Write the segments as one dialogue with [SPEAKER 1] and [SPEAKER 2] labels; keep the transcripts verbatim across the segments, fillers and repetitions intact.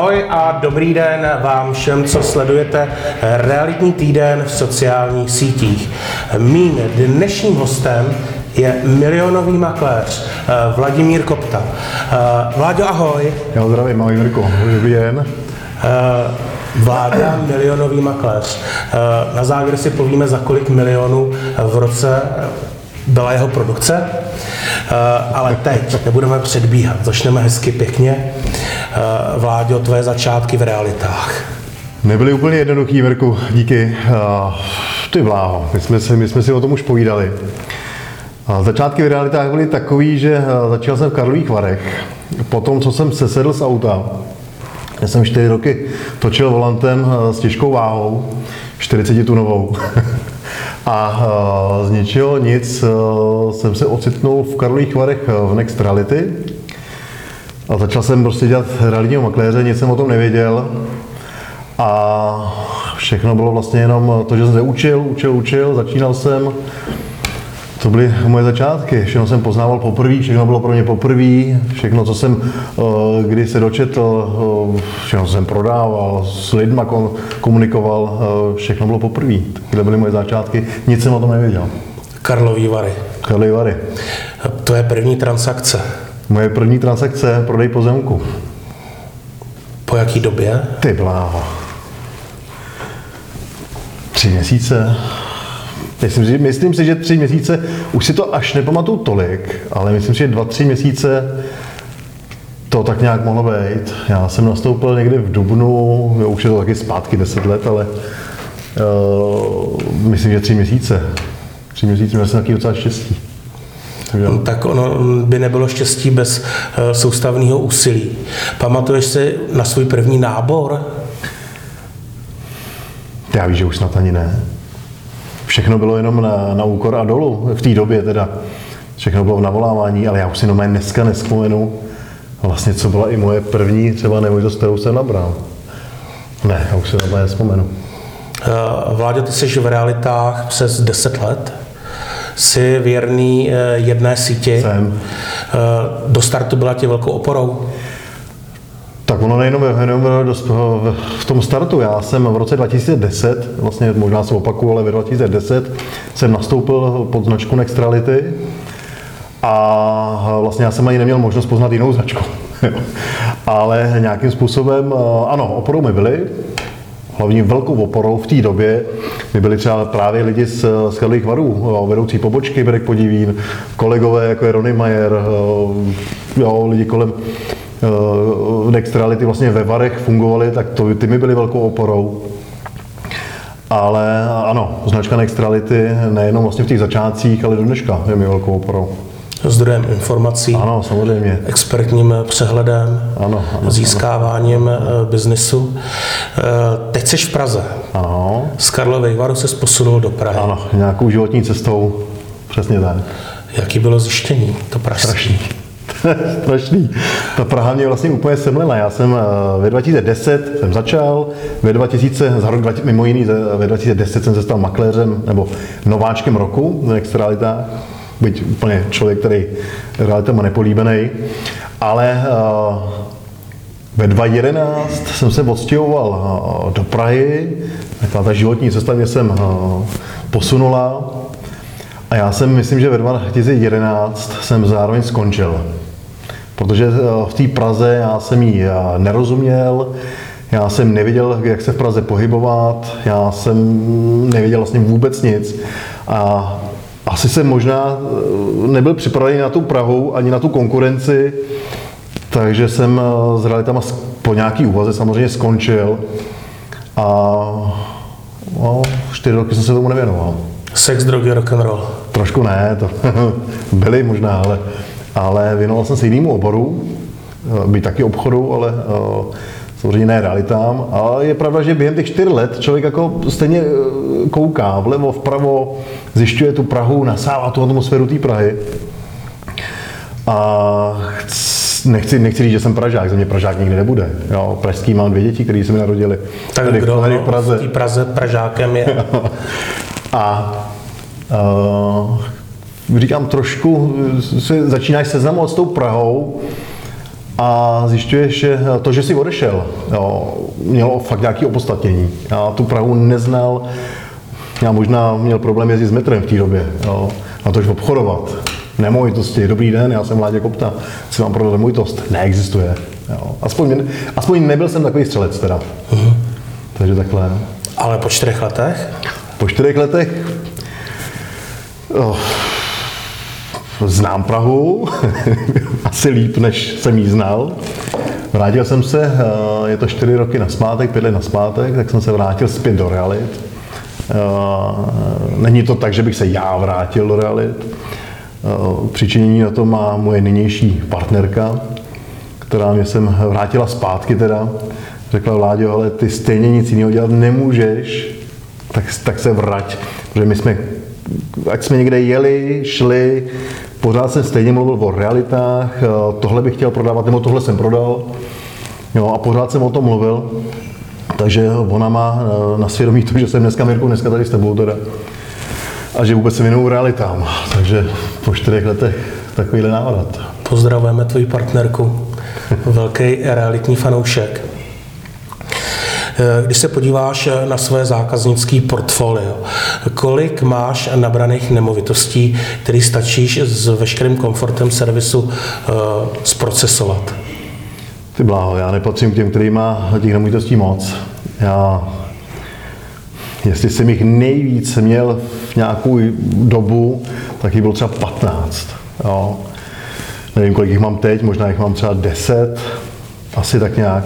[SPEAKER 1] Ahoj a dobrý den vám všem, co sledujete Realitní týden v sociálních sítích. Mým dnešním hostem je milionový makléř Vladimír Kopta. Vláďo, ahoj.
[SPEAKER 2] Já zdravím, ahoj Mirko, dobrý den.
[SPEAKER 1] Vláďa, milionový makléř. Na závěr si povíme, za kolik milionů v roce byla jeho produkce, ale teď nebudeme předbíhat, začneme hezky pěkně. Vláďo, tvoje začátky v realitách.
[SPEAKER 2] Nebyly úplně jednoduchý, Mirku, díky. Ty bláho, my jsme, si, my jsme si o tom už povídali. Začátky v realitách byly takový, že začal jsem v Karlových Varech. Potom, co jsem sesedl z auta, já jsem čtyři roky točil volantem s těžkou váhou, čtyřicetitunovou. A z ničeho nic jsem se ocitnul v Karlových Varech v Next Reality. A začal jsem prostě dělat realitního makléře, nic jsem o tom nevěděl. A všechno bylo vlastně jenom to, že jsem se učil, učil, učil, začínal jsem. To byly moje začátky, všechno jsem poznával poprvé, všechno bylo pro mě poprvé, všechno, co jsem kdy se dočetl, všechno, co jsem prodával, s lidma komunikoval, všechno bylo poprvé. Takhle byly moje začátky, nic jsem o tom nevěděl.
[SPEAKER 1] Karlovy Vary.
[SPEAKER 2] Karlovy Vary.
[SPEAKER 1] To je první transakce.
[SPEAKER 2] Moje první transakce, prodej pozemku.
[SPEAKER 1] Po jaký době?
[SPEAKER 2] Ty bláho. Tři měsíce. Myslím si, myslím si, že tři měsíce, už si to až nepamatuju tolik, ale myslím si, že dva, tři měsíce to tak nějak mohlo být. Já jsem nastoupil někdy v dubnu, jo, už je to taky zpátky deset let, ale uh, myslím, že tři měsíce. Tři měsíce měl jsem taky docela štěstí.
[SPEAKER 1] No, tak ono by nebylo štěstí bez uh, soustavného úsilí. Pamatuješ si na svůj první nábor?
[SPEAKER 2] Já víš, že už snad ani ne. Všechno bylo jenom na, na úkor a dolů, v té době teda. Všechno bylo v navolávání, ale já už si jenom dneska nevzpomenu vlastně, co byla i moje první třeba nemovitost, kterou jsem nabral. Ne, já už si jenom nevzpomenu.
[SPEAKER 1] Uh, Vláďo, ty jsi v realitách přes deset let. Jsi věrný uh, jedné síti.
[SPEAKER 2] Jsem.
[SPEAKER 1] Uh, do startu byla tě velkou oporou?
[SPEAKER 2] Tak ono nejenom, jenom v tom startu. Já jsem v roce dva tisíce deset, vlastně možná se opakuju, ale v dva tisíce deset jsem nastoupil pod značku Next Reality a vlastně já jsem ani neměl možnost poznat jinou značku. Ale nějakým způsobem, ano, oporou mi byli, hlavně velkou oporou v té době. My byli třeba právě lidi z, z Karlových Varů, vedoucí pobočky Berek Podivín, kolegové jako je Ronny Majer, jo, lidi kolem Next Reality vlastně ve Varech fungovaly, tak to, ty mi byly velkou oporou. Ale ano, značka Next Reality nejenom vlastně v těch začátcích, ale do dneška je mi velkou oporou.
[SPEAKER 1] Zdrojem informací,
[SPEAKER 2] ano, samozřejmě.
[SPEAKER 1] Expertním přehledem,
[SPEAKER 2] ano, ano,
[SPEAKER 1] získáváním ano. biznesu. Teď jsi v Praze.
[SPEAKER 2] Ano.
[SPEAKER 1] Z Karlových Varů se posunul do Prahy.
[SPEAKER 2] Ano, nějakou životní cestou, přesně tak.
[SPEAKER 1] Jaký bylo zjištění to pražské?
[SPEAKER 2] Strašný. Strašný. Ta Praha mě vlastně úplně semlela. Já jsem ve dva tisíce deset jsem začal, ve dva tisíce, za rok, mimo jiný, ve dva tisíce deset jsem se stal makléřem nebo nováčkem roku v Next Realitách. Byť úplně člověk, který realitama nepolíbený. Ale uh, ve dva tisíce jedenáct jsem se odstěhoval uh, do Prahy. Taková ta životní cesta mě jsem uh, posunula. A já jsem, myslím, že ve dva tisíce jedenáct jsem zároveň skončil. Protože v té Praze já jsem jí nerozuměl, já jsem nevěděl, jak se v Praze pohybovat, já jsem nevěděl vlastně vůbec nic. A asi jsem možná nebyl připravený na tu Prahu, ani na tu konkurenci, takže jsem s realitama po nějaký úvaze samozřejmě skončil. A no, čtyři roky jsem se tomu nevěnoval.
[SPEAKER 1] Sex, drogy, rock'n'roll.
[SPEAKER 2] Trošku ne, to byly možná, ale, ale věnoval jsem se jinému oboru, být taky obchodu, ale uh, samozřejmě ne realitám. Ale je pravda, že během těch čtyř let člověk jako stejně kouká vlevo, vpravo, zjišťuje tu Prahu, nasává tu atmosféru té Prahy. A nechci, nechci říct, že jsem Pražák, ze mě Pražák nikdy nebude. Jo, pražský mám dvě děti, které se mi narodily.
[SPEAKER 1] Tak
[SPEAKER 2] tady,
[SPEAKER 1] kdo
[SPEAKER 2] tady v Praze.
[SPEAKER 1] v té Praze Pražákem je?
[SPEAKER 2] A uh, říkám, trošku si začínáš seznamovat s tou Prahou a zjišťuješ, že to, že jsi odešel, jo, mělo fakt nějaké opodstatnění. Já tu Prahu neznal, já možná měl problém jezdit s metrem v té době, jo, na to, že obchodovat. Nemovitosti, dobrý den, já jsem Vláďa Kopta, chci vám prodat nemovitost. Neexistuje. Jo. Aspoň, aspoň nebyl jsem takový střelec teda. Uh-huh. Takže takhle.
[SPEAKER 1] Ale po čtyřech letech?
[SPEAKER 2] Po čtyřech letech oh, znám Prahu, asi líp, než jsem jí znal. Vrátil jsem se, je to čtyři roky naspátek, pět let naspátek, tak jsem se vrátil zpět do realit. Není to tak, že bych se já vrátil do realit. Přičinění na to má moje nynější partnerka, která mě sem vrátila zpátky teda. Řekla: Vláďo, ale ty stejně nic jiného dělat nemůžeš, tak, tak se vrať. Protože my jsme, ať jsme někde jeli, šli, pořád jsem stejně mluvil o realitách, tohle bych chtěl prodávat, nebo tohle jsem prodal. Jo, a pořád jsem o tom mluvil. Takže ona má na svědomí to, že jsem dneska, Mirku, dneska tady s tebou teda. A že vůbec se věnuju realitám. Takže po čtyřech letech takovýhle návrat.
[SPEAKER 1] Pozdravujeme tvoji partnerku. Velký realitní fanoušek. Když se podíváš na své zákaznické portfolio, kolik máš nabraných nemovitostí, který stačíš s veškerým komfortem servisu uh, zprocesovat?
[SPEAKER 2] Ty bláho, já nepatřím k těm, který má těch nemovitostí moc. Já, jestli jsem jich nejvíc měl v nějakou dobu, tak jich bylo třeba patnáct. Jo. Nevím, kolik jich mám teď, možná jich mám třeba deset, asi tak nějak.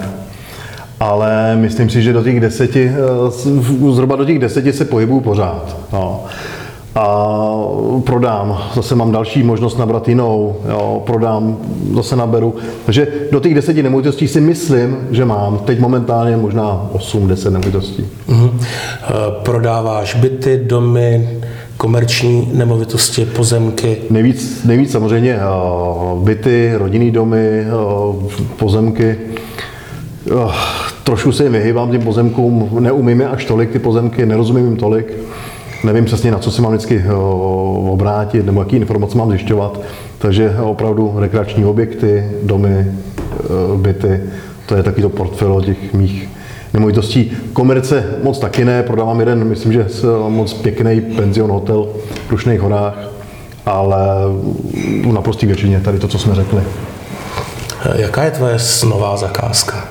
[SPEAKER 2] Ale myslím si, že do těch deseti, zhruba do těch deseti se pohybuju pořád. Jo. A prodám, zase mám další možnost nabrat jinou, jo, prodám, zase naberu. Takže do těch deseti nemovitostí si myslím, že mám. Teď momentálně možná osm deset nemovitostí.
[SPEAKER 1] Mm-hmm. Prodáváš byty, domy, komerční nemovitosti, pozemky?
[SPEAKER 2] Nejvíc, nejvíc samozřejmě byty, rodinný domy, pozemky. Trošku se jim vyhýbám těm pozemkům, neumím je až tolik ty pozemky, nerozumím jim tolik. Nevím přesně, na co se mám vždycky obrátit, nebo jaký informace mám zjišťovat. Takže opravdu rekreační objekty, domy, byty, to je taky to portfolio těch mých nemovitostí. Komerce moc taky ne, prodávám jeden, myslím, že moc pěkný penzion, hotel v Krušných horách, ale v naprosté většině tady to, co jsme řekli.
[SPEAKER 1] Jaká je tvoje snová zakázka?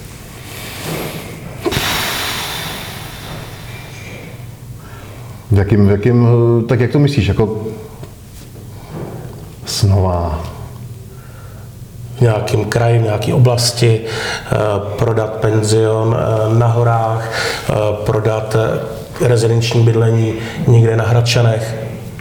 [SPEAKER 2] V jakým, v jakým, tak jak to myslíš, jako snová?
[SPEAKER 1] V nějakém kraji, v nějaké oblasti, eh, prodat penzion eh, na horách, eh, prodat eh, rezidenční bydlení někde na Hradčanech.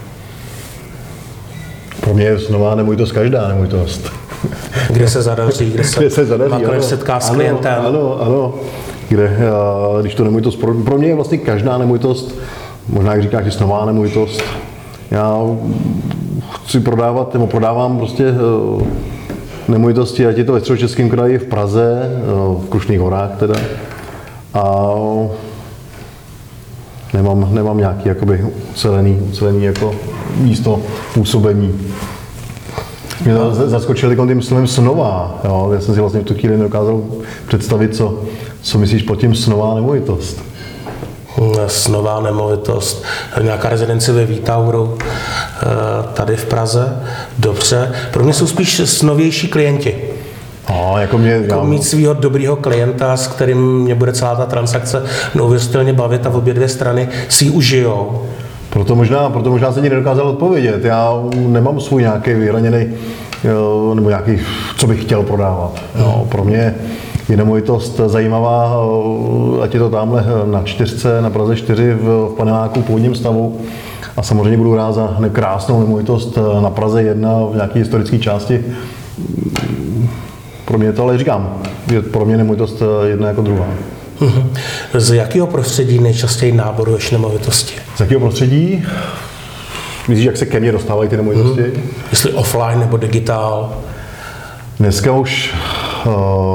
[SPEAKER 2] Pro mě je snová nemovitost každá nemovitost.
[SPEAKER 1] Kde se zadaří, kde se,
[SPEAKER 2] kde se zadaří,
[SPEAKER 1] makléř setká s klientem.
[SPEAKER 2] Ano, ano, kde, když to nemovitost, pro, pro mě je vlastně každá nemovitost, možná jak říkáš, že snová nemovitost. Já chci prodávat, nebo prodávám prostě nemovitosti, ať je to ve Středočeském kraji, v Praze, v Krušných horách teda. A nemám, nemám nějaký jakoby ucelený, ucelený jako místo působení. Mě zaskočili tím slovem snová. Jo? Já jsem si vlastně v tu chvíli nedokázal představit, co, co myslíš pod tím snová nemovitost.
[SPEAKER 1] Snová nemovitost, nějaká rezidence ve Vítauru, tady v Praze. Dobře. Pro mě jsou spíš snovější klienti.
[SPEAKER 2] A, jako mě,
[SPEAKER 1] jako
[SPEAKER 2] já...
[SPEAKER 1] mít svého dobrýho klienta, s kterým mě bude celá ta transakce neuvěřitelně bavit a v obě dvě strany si ji užijou.
[SPEAKER 2] Proto možná, proto možná se ti nedokázal odpovědět. Já nemám svůj nějaký vyhraněný, nebo nějaký, co bych chtěl prodávat. Jo, pro mě je nemovitost zajímavá, ať je to tamhle na čtyřce, na Praze čtyři v paneláku v původním stavu. A samozřejmě budu rád za krásnou nemovitost na Praze jedna v nějaké historické části. Pro mě to, ale říkám, je pro mě nemovitost jedna jako druhá.
[SPEAKER 1] Z jakého prostředí nejčastěji náboruješ nemovitosti?
[SPEAKER 2] Z jakého prostředí? Myslíš, jak se ke mně dostávají ty nemovitosti? Hmm.
[SPEAKER 1] Jestli offline nebo digitál?
[SPEAKER 2] Dneska už... Uh,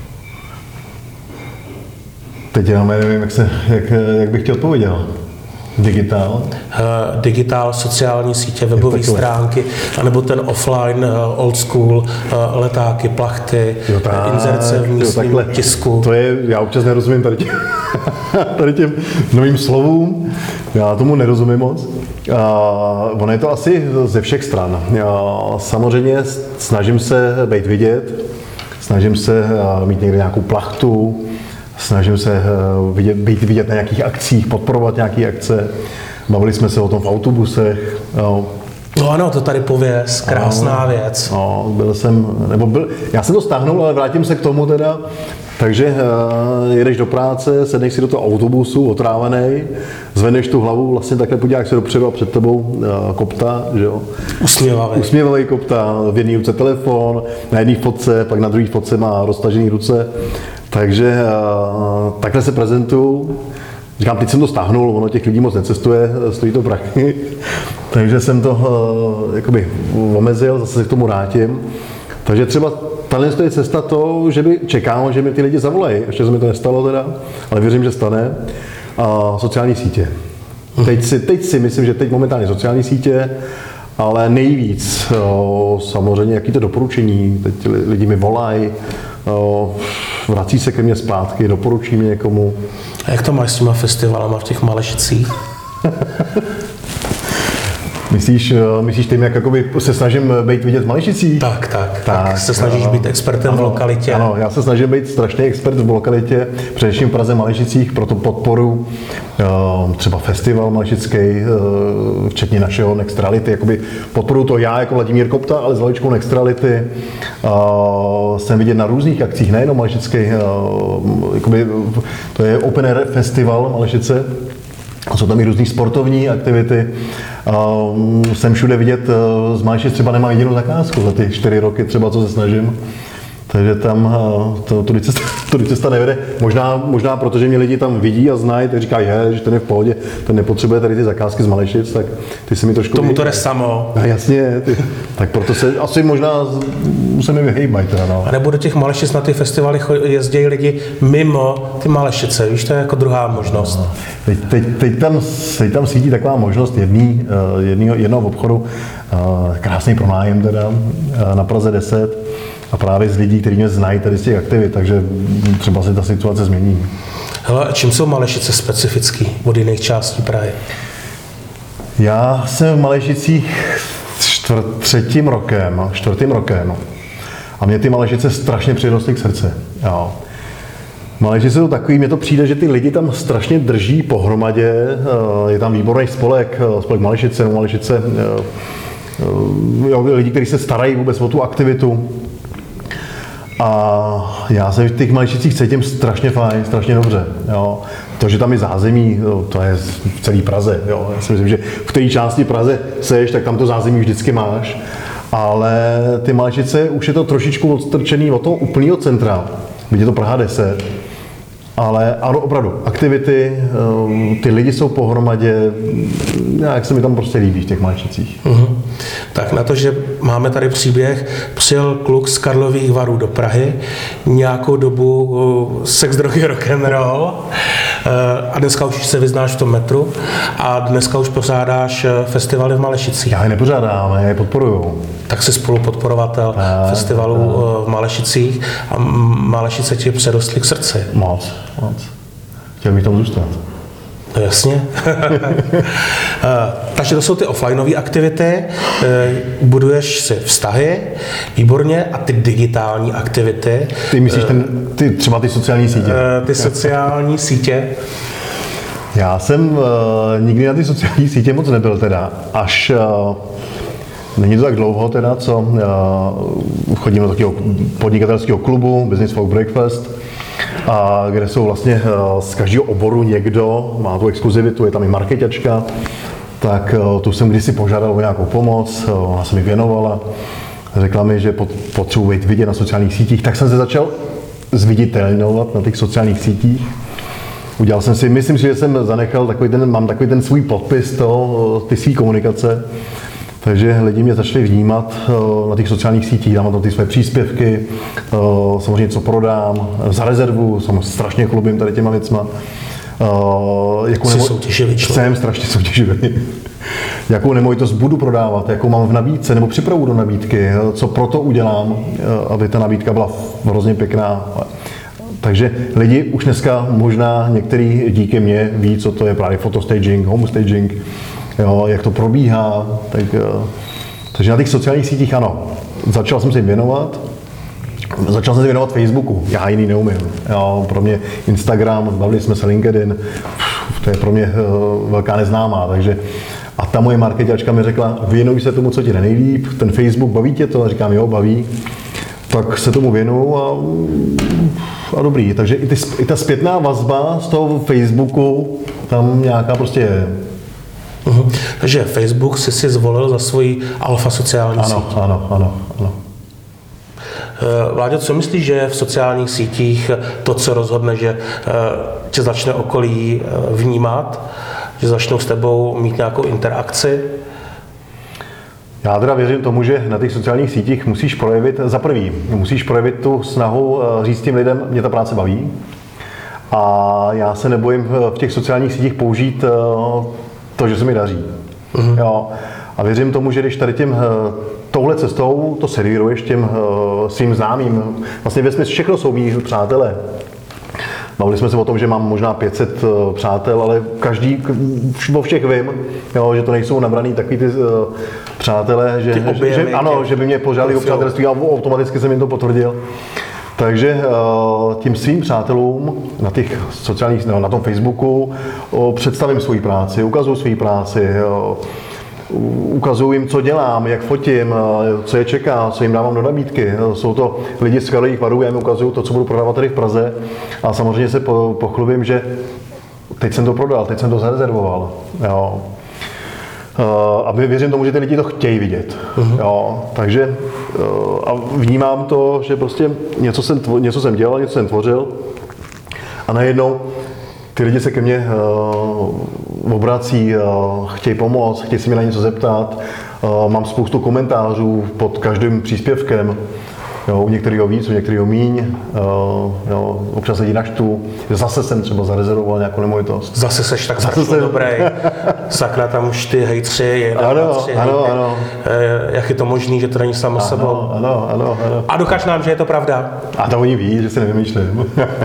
[SPEAKER 2] teď já nevím, jak, se, jak, jak bych ti odpověděl. Digitál?
[SPEAKER 1] Uh, digitál, sociální sítě, webové stránky, anebo ten offline, uh, old school, uh, letáky, plachty, jo, tak, inzerce v místním tisku.
[SPEAKER 2] To je, já občas nerozumím tady těm, tady těm novým slovům, já tomu nerozumím moc. Uh, ono je to asi ze všech stran. Uh, samozřejmě snažím se být vidět, snažím se uh, mít někde nějakou plachtu, snažím se uh, vidět, být vidět na nějakých akcích, podporovat nějaké akce. Bavili jsme se o tom v autobusech. Uh,
[SPEAKER 1] No ano, to tady pověz, krásná no, věc.
[SPEAKER 2] No, byl jsem, nebo byl, já jsem to stáhnul, ale vrátím se k tomu teda. Takže uh, jedeš do práce, sedneš si do toho autobusu, otrávený, zvedneš tu hlavu, vlastně takhle podíváš se dopředu a před tebou uh, kopta, že jo.
[SPEAKER 1] Usměvavý.
[SPEAKER 2] Usměvavý kopta, v jedné ruce telefon, na jedné fotce, pak na druhé fotce má roztažený ruce. Takže uh, takhle se prezentuju. Říkám, teď jsem to stáhnul, ono těch lidí moc necestuje, stojí to prachy. Takže jsem to uh, jakoby omezil, zase se k tomu vrátím. Takže třeba tahle je cesta to, že by čekám, že mi ty lidi zavolají. Ještě se mi to nestalo teda, ale věřím, že stane. A sociální sítě. Teď si, teď si myslím, že teď momentálně sociální sítě, ale nejvíc o, samozřejmě jaký to doporučení. Teď lidi mi volají, o, vrací se ke mně zpátky, doporučí mě někomu.
[SPEAKER 1] A jak to máš s těma festivalama v těch Malešicích?
[SPEAKER 2] Myslíš, myslíš tím, jak jakoby se snažím být vidět v Malešicích?
[SPEAKER 1] Tak, tak, tak. tak se snažíš být expertem
[SPEAKER 2] ano,
[SPEAKER 1] v lokalitě.
[SPEAKER 2] Ano, já se snažím být strašný expert v lokalitě, především v Praze, Malešicích, proto podporu třeba festival malešický, včetně našeho Next Reality, jakoby podporu to já jako Vladimír Kopta, ale s hlavičkou Next Reality. Jsem vidět na různých akcích, nejenom malešický, jakoby, to je Open Air Festival Malešice. Jsou tam i různý sportovní aktivity. Uh, jsem všude vidět, uh, z Malešic třeba nemám jedinou zakázku za ty čtyři roky třeba, co se snažím. Takže tam uh, to, to, cesta, to cesta nevede. Možná, možná protože mě lidi tam vidí a znají, tak říkají, že ten je v pohodě, ten nepotřebuje tady ty zakázky z Malešic, tak ty si mi trošku...
[SPEAKER 1] Tomu to jde samo.
[SPEAKER 2] No, jasně, ty, tak proto se asi možná se mi vyhejbají teda, no.
[SPEAKER 1] A nebo do těch Malešic na ty festivaly jezdí lidi mimo ty Malešice, víš, to je jako druhá možnost.
[SPEAKER 2] No. Teď, teď, teď, tam, teď tam svítí taková možnost jedný, jedný, jednoho obchodu, krásný pronájem teda, na Praze deset, a právě z lidí, kteří mě znají tady z těch aktivit, takže třeba se ta situace změní.
[SPEAKER 1] Hele, a čím jsou Malešice specifický od jiných částí Prahy?
[SPEAKER 2] Já jsem v Malešicích čtvrt, třetím rokem, čtvrtým rokem a mě ty Malešice strašně přirostly k srdci. Jo. Malešice jsou takový, mně to přijde, že ty lidi tam strašně drží pohromadě, je tam výborný spolek, spolek Malešice, no Malešice, jo, lidi, kteří se starají vůbec o tu aktivitu. A já se v těch Malešicích cítím strašně fajn, strašně dobře. Jo. To, že tam je zázemí, to je v celé Praze. Jo. Já si myslím, že v té části Praze seš, tak tam to zázemí vždycky máš. Ale ty Malešice už je to trošičku odstrčený od toho úplného centra, kde je to Praha deset. Ale ano, opravdu, aktivity, ty lidi jsou pohromadě, jak se mi tam prostě líbí v těch Malešicích.
[SPEAKER 1] Uh-huh. Tak na to, že máme tady příběh, přijel kluk z Karlových Varů do Prahy, nějakou dobu sex, drogy, rock'n'roll a dneska už se vyznáš v tom metru a dneska už pořádáš festivaly v Malešicích.
[SPEAKER 2] Já je nepořádám, já je podporuju.
[SPEAKER 1] Tak jsi spolupodporovatel a, festivalu a. v Malešicích a Malešice ti přerostly k srdci.
[SPEAKER 2] Moc, moc. Chtěl bych tam zůstat.
[SPEAKER 1] No jasně. Takže to jsou ty offlineové aktivity, buduješ si vztahy, výborně, a ty digitální aktivity.
[SPEAKER 2] Ty myslíš ten, ty, třeba ty sociální sítě?
[SPEAKER 1] Ty sociální sítě.
[SPEAKER 2] Já jsem uh, nikdy na ty sociální sítě moc nebyl teda, až uh, není to tak dlouho teda, co uh, chodím do takového podnikatelského klubu Business for Breakfast, a kde jsou vlastně uh, z každého oboru někdo, má tu exkluzivitu, je tam i marketačka, tak uh, tu jsem kdysi požádal o nějakou pomoc, uh, ona se mi věnovala, řekla mi, že pot, potřebuji být vidět na sociálních sítích, tak jsem se začal zviditelňovat na těch sociálních sítích. Udělal jsem si, myslím si, že jsem zanechal takový ten, mám takový ten svůj podpis toho, ty svý komunikace, takže lidi mě začali vnímat na těch sociálních sítích, dám tam ty své příspěvky, samozřejmě co prodám, za rezervu, jsem strašně chlubím tady těma věcma. Uh, jakou
[SPEAKER 1] Jsi
[SPEAKER 2] nemo...
[SPEAKER 1] soutěživý člověk.
[SPEAKER 2] Jsem strašně soutěživý. Jakou nemovitost budu prodávat, jakou mám v nabídce, nebo připravu do nabídky, co proto udělám, aby ta nabídka byla hrozně pěkná. Takže lidi už dneska možná některý díky mně ví, co to je právě fotostaging, homestaging, jo, jak to probíhá. Tak, takže na těch sociálních sítích ano, začal jsem se jim věnovat. Začal jsem se věnovat Facebooku, já jiný neumím. Jo, pro mě Instagram, bavili jsme se LinkedIn, to je pro mě velká neznámá, takže a ta moje marketačka mi řekla, věnuj se tomu, co ti jde nejlíp, ten Facebook, baví tě to? A říkám, jo, baví. Tak se tomu věnuju a, a dobrý. Takže i, ty, i ta zpětná vazba z toho Facebooku tam nějaká prostě je.
[SPEAKER 1] Uhum. Takže Facebook si si zvolil za svoji alfa sociální
[SPEAKER 2] ano,
[SPEAKER 1] síť.
[SPEAKER 2] Ano, ano, ano.
[SPEAKER 1] Vláďo, co myslíš, že je v sociálních sítích to, co rozhodne, že tě začne okolí vnímat, že začnou s tebou mít nějakou interakci?
[SPEAKER 2] Já teda věřím tomu, že na těch sociálních sítích musíš projevit, za prvý, musíš projevit tu snahu říct těm lidem, mě ta práce baví. A já se nebojím v těch sociálních sítích použít to, že se mi daří. Mm-hmm. Jo. A věřím tomu, že když tady tím touhle cestou to servíruješ těm svým známým, vlastně ve smyslu všechno jsou mý přátelé. Bavili jsme se o tom, že mám možná pět set přátel, ale každý, o všech vím, jo, že to nejsou nabraný takový ty přátelé, že, že, že, ano, že by mě požádali o přátelství a automaticky jsem jim to potvrdil. Takže tím svým přátelům na těch sociálních, na tom Facebooku představím svoji práci, ukazuju svoji práci, ukazuju jim, co dělám, jak fotím, co je čeká, co jim dávám do nabídky. Jsou to lidi z kterých varů, já jim ukazuju to, co budu prodávat tady v Praze a samozřejmě se pochlubím, že teď jsem to prodal, teď jsem to zarezervoval. Jo. A věřím tomu, že ty lidi to chtějí vidět. Uh-huh. Jo. Takže a vnímám to, že prostě něco jsem, něco jsem dělal, něco jsem tvořil a najednou ty lidi se ke mně uh, obrací, uh, chtějí pomoct, chtějí se mě na něco zeptat. Uh, mám spoustu komentářů pod každým příspěvkem. Jo, u některého víc, u některého míň. Uh, jo, občas lidi naštvu. Zase jsem třeba zarezervoval nějakou nemovitost.
[SPEAKER 1] Zase seš tak zase jsem... dobrý. Sakra, tam už ty hejtři, jedna,
[SPEAKER 2] ano,
[SPEAKER 1] dva, tři,
[SPEAKER 2] ano,
[SPEAKER 1] hejty.
[SPEAKER 2] ano.
[SPEAKER 1] E, jak je to možný, že to není samo sebou?
[SPEAKER 2] Ano, ano, ano.
[SPEAKER 1] A dokaž nám, že je to pravda.
[SPEAKER 2] A to oni ví, že si nevymýšlím.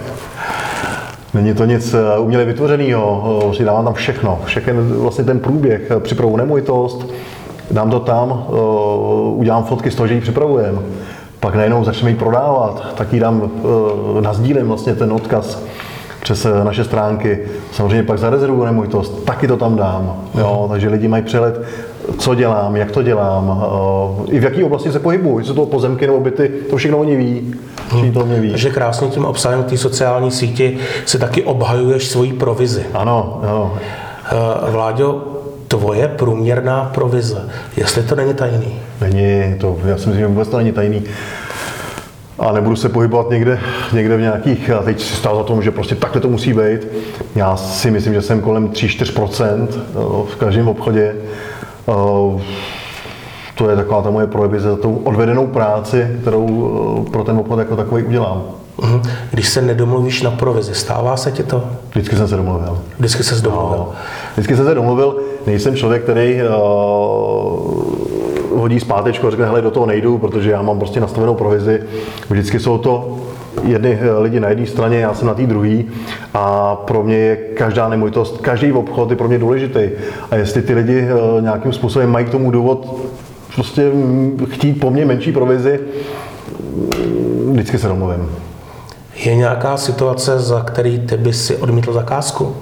[SPEAKER 2] Není to nic uměle vytvořeného, přidávám tam všechno, všechen vlastně ten průběh, připravu nemovitost, dám to tam, udělám fotky z toho, že ji připravujeme. Pak najednou začneme ji prodávat, tak ji dám, nasdílím vlastně ten odkaz přes naše stránky. Samozřejmě pak zarezervuju nemovitost, taky to tam dám. Jo, takže lidi mají přehled, co dělám, jak to dělám, i v jaké oblasti se pohybuju, jestli to pozemky nebo byty, to všechno oni ví. Hmm. To mě ví.
[SPEAKER 1] Takže krásně tím obsahem té sociální síti si taky obhajuješ svoji provizi.
[SPEAKER 2] Ano, ano.
[SPEAKER 1] Vláďo, tvoje průměrná provize, jestli to není tajný?
[SPEAKER 2] Není, to, já si myslím, že vůbec to není tajný. A nebudu se pohybovat někde, někde v nějakých, a teď si stál za tom, že prostě takhle to musí být. Já si myslím, že jsem kolem tři až čtyři procenta v každém obchodě. To je taková ta moje provize za tou odvedenou práci, kterou pro ten obchod jako takový udělám.
[SPEAKER 1] Když se nedomluvíš na provizi, stává se ti to?
[SPEAKER 2] Vždycky jsem se domluvil.
[SPEAKER 1] Vždycky ses domluvil?
[SPEAKER 2] No, vždycky jsem se domluvil. Nejsem člověk, který uh, hodí zpátečku a řekne, hele, do toho nejdu, protože já mám prostě nastavenou provizi. Vždycky jsou to jedny lidi na jedné straně, já jsem na té druhé a pro mě je každá nemovitost, každý obchod je pro mě důležitý. A jestli ty lidi uh, nějakým způsobem mají k tomu důvod prostě chtít po mně menší provizi, vždycky se domluvím.
[SPEAKER 1] Je nějaká situace, za který ty bys si odmítl zakázku?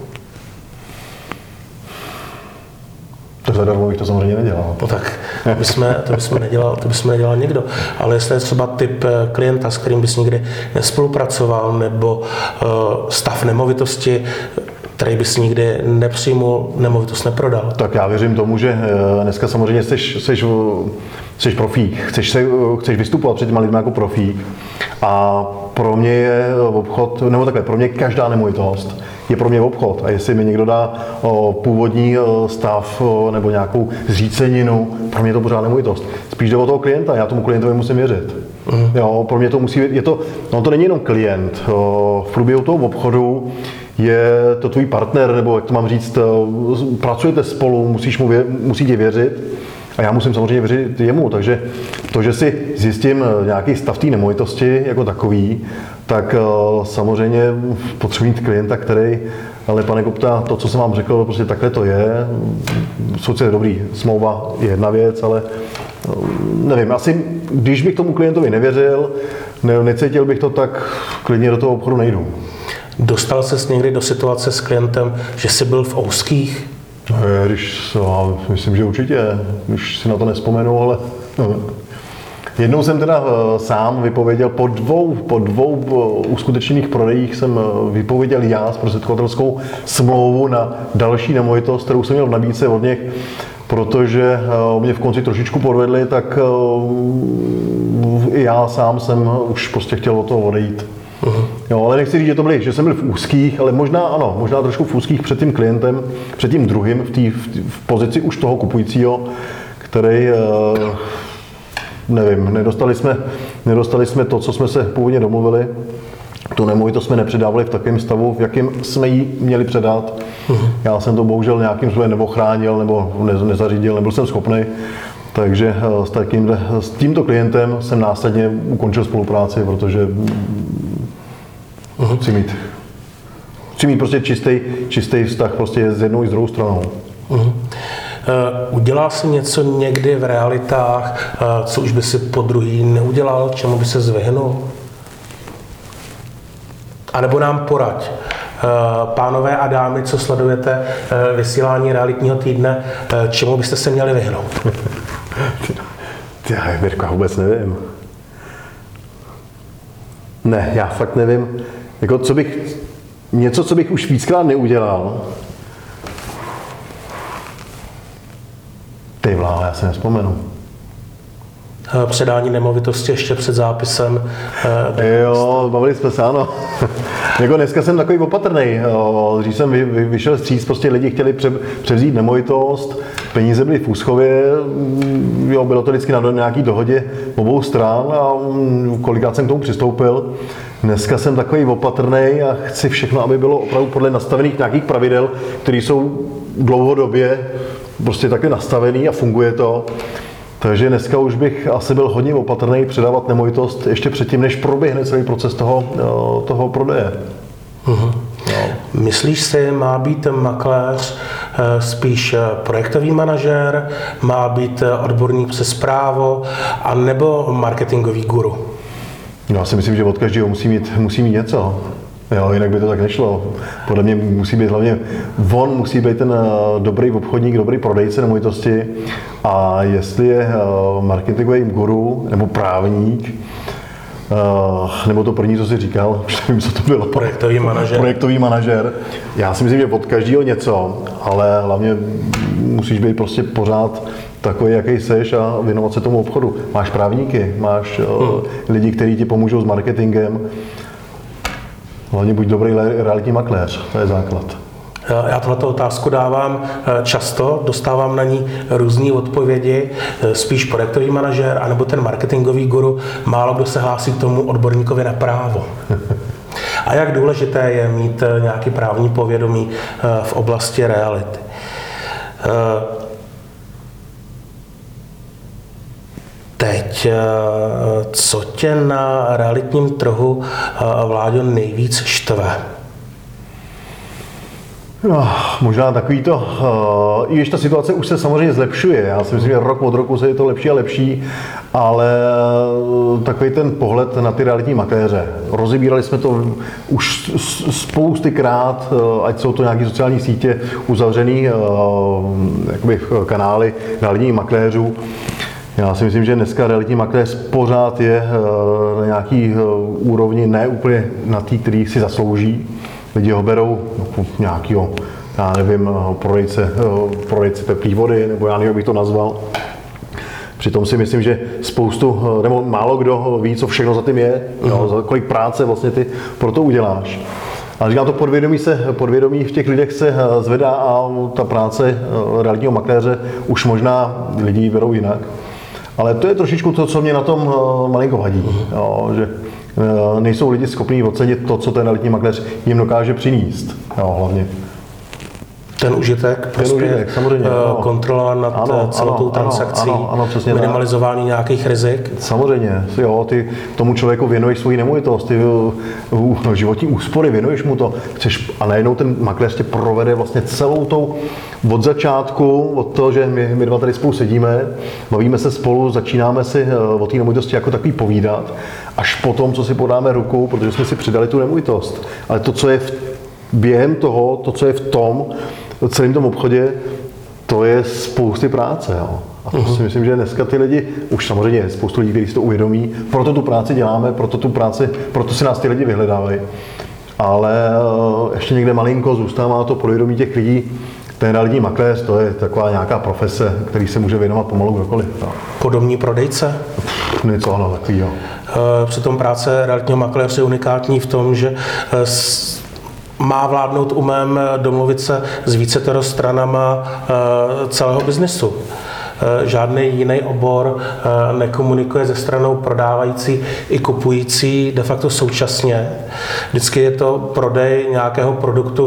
[SPEAKER 2] To zadarmo bych to samozřejmě nedělal.
[SPEAKER 1] No tak to bychom, to bychom nedělal, to bychom nedělal nikdo. Ale jestli je třeba typ klienta, s kterým bys nikdy nespolupracoval, nebo uh, stav nemovitosti, který bys nikdy nepřijmul, nemovitost neprodal.
[SPEAKER 2] Tak já věřím tomu, že dneska samozřejmě jsi, jsi, jsi profík, chceš, se, chceš vystupovat před těma lidmi jako profík a pro mě je obchod, nebo takhle, pro mě každá nemovitost je pro mě obchod a jestli mi někdo dá o, původní o, stav o, nebo nějakou zříceninu, pro mě je to pořád nemovitost. Spíš jde o toho klienta, já tomu klientovi musím věřit. Mm. Jo, pro mě to musí, je to, no to není jenom klient, o, v průběhu toho obchodu je to tvůj partner, nebo jak to mám říct, pracujete spolu, musíš mu vě, musí tě věřit a já musím samozřejmě věřit jemu, takže to, že si zjistím nějaký stav té nemovitosti jako takový, tak samozřejmě potřebuji mít klienta, který, ale pane Kopta, to, co jsem vám řekl, prostě takhle to je, sice dobrý, smlouva je jedna věc, ale nevím, asi když bych tomu klientovi nevěřil, ne, necítil bych to, tak klidně do toho obchodu nejdu.
[SPEAKER 1] Dostal ses někdy do situace s klientem, že jsi byl v ouských?
[SPEAKER 2] Když, no, myslím, že určitě, už si na to nespomenu, ale jednou jsem teda sám vypověděl, po dvou, po dvou uskutečněných prodejích jsem vypověděl já zprostředkovatelskou smlouvu na další nemovitost, kterou jsem měl v nabídce od nich, protože mě v konci trošičku podvedli, tak i já sám jsem už prostě chtěl od toho odejít. Uh-huh. Jo, ale nechci říct, že to byli, že jsem byl v úzkých, ale možná ano, možná trošku v úzkých před tím klientem, před tím druhým, v, tý, v, tý, v pozici už toho kupujícího, který, nevím, nedostali jsme, nedostali jsme to, co jsme se původně domluvili. Tu nemovitost jsme nepředávali v takovém stavu, v jakém jsme ji měli předat. Uh-huh. Já jsem to bohužel nějakým způsobem nebo chránil, nebo ne, nezařídil, nebyl jsem schopný. Takže s, takým, s tímto klientem jsem následně ukončil spolupráci, protože uh-huh. chci mít, chci mít prostě čistý, čistý vztah prostě s jednou i s druhou stranou.
[SPEAKER 1] Uh-huh. Uh, udělal jsi něco někdy v realitách, uh, co už by si po druhý neudělal, čemu by se zvyhnul? A nebo nám poraď. Pánové a dámy, co sledujete vysílání realitního týdne, čemu byste se měli vyhnout?
[SPEAKER 2] Já, Mirko, já vůbec nevím. Ne, já fakt nevím. Jako, co bych, něco, co bych už víckrát neudělal. Ty vlá, já se nevzpomenu.
[SPEAKER 1] Předání nemovitosti ještě před zápisem.
[SPEAKER 2] Jo, bavili jsme se, ano. Jako dneska jsem takový opatrnej. Když jsem vy, vy, vyšel stříc, prostě lidi chtěli pře, převzít nemovitost, peníze byly v úschově, jo, bylo to vždycky na nějaký dohodě obou stran a kolikrát jsem k tomu přistoupil. Dneska jsem takový opatrnej a chci všechno, aby bylo opravdu podle nastavených nějakých pravidel, které jsou dlouhodobě prostě takhle nastavený a funguje to. Takže dneska už bych asi byl hodně opatrný předávat nemovitost ještě předtím, než proběhne celý proces toho, toho prodeje.
[SPEAKER 1] Uh-huh. No. Myslíš si, má být makléř spíš projektový manažer, má být odborník přes právo, anebo marketingový guru?
[SPEAKER 2] No, já si myslím, že od každého musí mít, musí mít něco. Jo, jinak by to tak nešlo. Podle mě musí být hlavně, on musí být ten dobrý obchodník, dobrý prodejce nemovitosti a jestli je marketingový guru nebo právník, nebo to první, co jsi říkal, už nevím, co to bylo.
[SPEAKER 1] Projektový manažer.
[SPEAKER 2] Projektový manažer. Já si myslím, že od každého něco, ale hlavně musíš být prostě pořád takový, jaký seš a věnovat se tomu obchodu. Máš právníky, máš hmm. lidi, kteří ti pomůžou s marketingem. Hlavně buď dobrý realitní makléř, to je základ.
[SPEAKER 1] Já tohleto otázku dávám často, dostávám na ní různé odpovědi, spíš projektový manažer, anebo ten marketingový guru. Málo kdo se hlásí k tomu odborníkovi na právo. A jak důležité je mít nějaký právní povědomí v oblasti reality. Teď, co tě na realitním trhu, Vláďo, nejvíc štve?
[SPEAKER 2] No, možná takový to, uh, i když ta situace už se samozřejmě zlepšuje, já si myslím, že rok od roku se je to lepší a lepší, ale uh, takový ten pohled na ty realitní makléře. Rozebírali jsme to už spoustykrát, uh, ať jsou to nějaké sociální sítě, uzavřený uh, jakoby kanály realitních makléřů. Já si myslím, že dneska realitní makléř pořád je uh, na nějaký uh, úrovni, ne úplně na té, který si zaslouží. Lidi ho berou jako nějakýho, já nevím, prodejce, prodejce teplý vody, nebo já nevím, jak bych to nazval. Přitom si myslím, že spoustu, nebo málo kdo ví, co všechno za tím je, uh-huh. jo, za kolik práce vlastně ty pro to uděláš. Ale říkám, to podvědomí, se, podvědomí v těch lidech se zvedá a ta práce realitního makléře už možná lidi berou jinak. Ale to je trošičku to, co mě na tom malinko vadí, jo, že nejsou lidi schopní ocenit to, co ten realitní makléř jim dokáže přinést. Jo, hlavně.
[SPEAKER 1] Ten užitek, prostě
[SPEAKER 2] ten užitek, samozřejmě,
[SPEAKER 1] uh, kontrola nad ano, celou
[SPEAKER 2] ano,
[SPEAKER 1] tou transakcí,
[SPEAKER 2] ano, ano, ano,
[SPEAKER 1] minimalizování tak. Nějakých rizik.
[SPEAKER 2] Samozřejmě, jo, ty tomu člověku věnuješ svoji nemovitost, ty uh, životní úspory, věnuješ mu to, chceš, a najednou ten makléř tě provede vlastně celou tou od začátku, od toho, že my, my dva tady spolu sedíme, bavíme se spolu, začínáme si uh, o té nemovitosti jako takový povídat, až potom, co si podáme ruku, protože jsme si přidali tu nemovitost. Ale to, co je v, během toho, to, co je v tom, v celém tom obchodě, to je spousty práce. Jo. A to uh-huh. si myslím, že dneska ty lidi, už samozřejmě je spoustu lidí, kteří si to uvědomí, proto tu práci děláme, proto tu práci, proto si nás ty lidi vyhledávají. Ale ještě někde malinko zůstává to podvědomí těch lidí. Ten realitní makléř, to je taková nějaká profese, který se může věnovat pomalu kdokoliv. No.
[SPEAKER 1] Podomní prodejce?
[SPEAKER 2] Pff, něco ano, takovýho.
[SPEAKER 1] Přitom práce realitního makléře je unikátní v tom, že s má vládnout umem domluvit se s vícetero stranama celého biznesu. Žádný jiný obor nekomunikuje se stranou prodávající i kupující de facto současně. Vždycky je to prodej nějakého produktu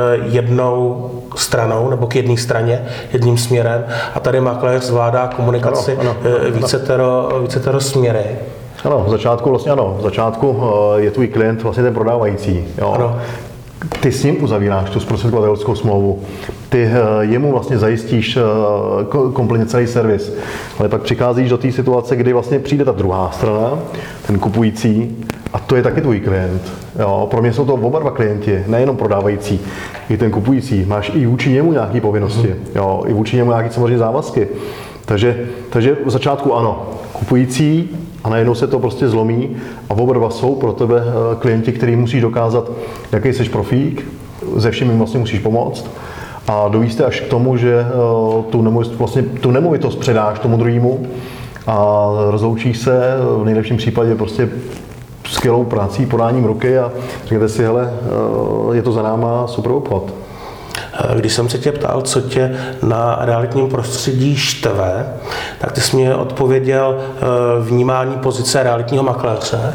[SPEAKER 1] jednou stranou nebo k jedné straně, jedním směrem. A tady makléř zvládá komunikaci ano, ano, ano. Vícetero, vícetero směry.
[SPEAKER 2] Ano, v začátku vlastně ano, v začátku je tvůj klient vlastně ten prodávající. Jo. Ano. Ty s ním uzavíráš tu zprostředkovatelskou smlouvu. Ty jemu vlastně zajistíš kompletně celý servis. Ale pak přicházíš do té situace, kdy vlastně přijde ta druhá strana, ten kupující, a to je taky tvůj klient. Jo, pro mě jsou to oba dva klienti, nejenom prodávající, i ten kupující. Máš i vůči němu nějaké povinnosti, jo, i vůči němu nějaké samozřejmě závazky. Takže, takže v začátku ano, kupující, a najednou se to prostě zlomí a oba dva jsou pro tebe klienti, který musíš dokázat, jaký jsi profík, ze všem jim vlastně musíš pomoct a dovíste až k tomu, že tu nemovitost, vlastně, tu nemovitost předáš tomu druhému a rozloučíš se v nejlepším případě prostě skvělou prací, podáním ruky a řeknete si, hele, je to za náma, super obchod.
[SPEAKER 1] Když jsem se tě ptal, co tě na realitním prostředí štve, tak ty jsi mě odpověděl vnímání pozice realitního makléře.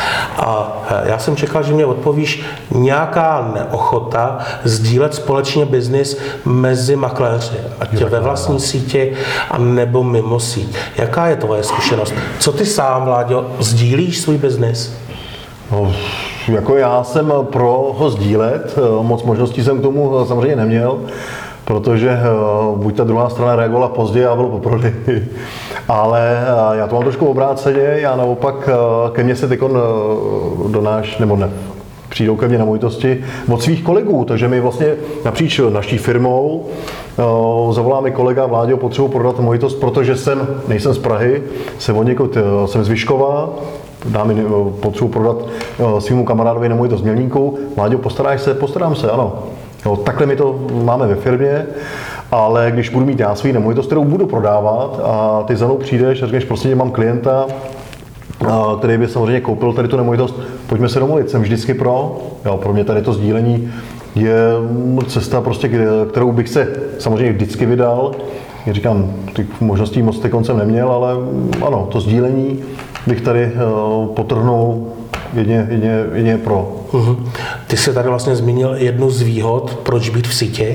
[SPEAKER 1] A já jsem čekal, že mě odpovíš nějaká neochota sdílet společně biznis mezi makléři, ať ve vlastní síti a nebo mimo síť. Jaká je tvoje zkušenost? Co ty sám, Vláďo, sdílíš svůj biznis?
[SPEAKER 2] No, jako já jsem pro ho sdílet, moc možností jsem k tomu samozřejmě neměl, protože buď ta druhá strana reagovala pozdě a bylo po prodeji. Ale já to mám trošku obráceně, já naopak ke mně se tykon donáš, nebo ne, přijdou ke mně na nemovitosti od svých kolegů, takže mi vlastně napříč naší firmou zavolá mi kolega, Vláďo, potřebuji prodat nemovitost, protože jsem, nejsem z Prahy, jsem od někud, jsem z Vyškova, dáme potřebuji prodat svýmu kamarádovi nemovitost v Mělníku. Vláďo, postaráš se? Postarám se, ano. Jo, takhle my to máme ve firmě, ale když budu mít já svou nemovitost, kterou budu prodávat a ty za mnou přijdeš a řekneš, prostě mám klienta, který by samozřejmě koupil tady tu nemovitost, pojďme se domluvit, jsem vždycky pro. Jo, pro mě tady to sdílení je cesta, prostě, kterou bych se samozřejmě vždycky vydal. Já říkám, těch možností moc teď koncem neměl, ale ano, to sdílení bych tady potrhnul jedně, jedně, jedně pro.
[SPEAKER 1] Uhum. Ty jsi tady vlastně zmínil jednu z výhod, proč být v síti.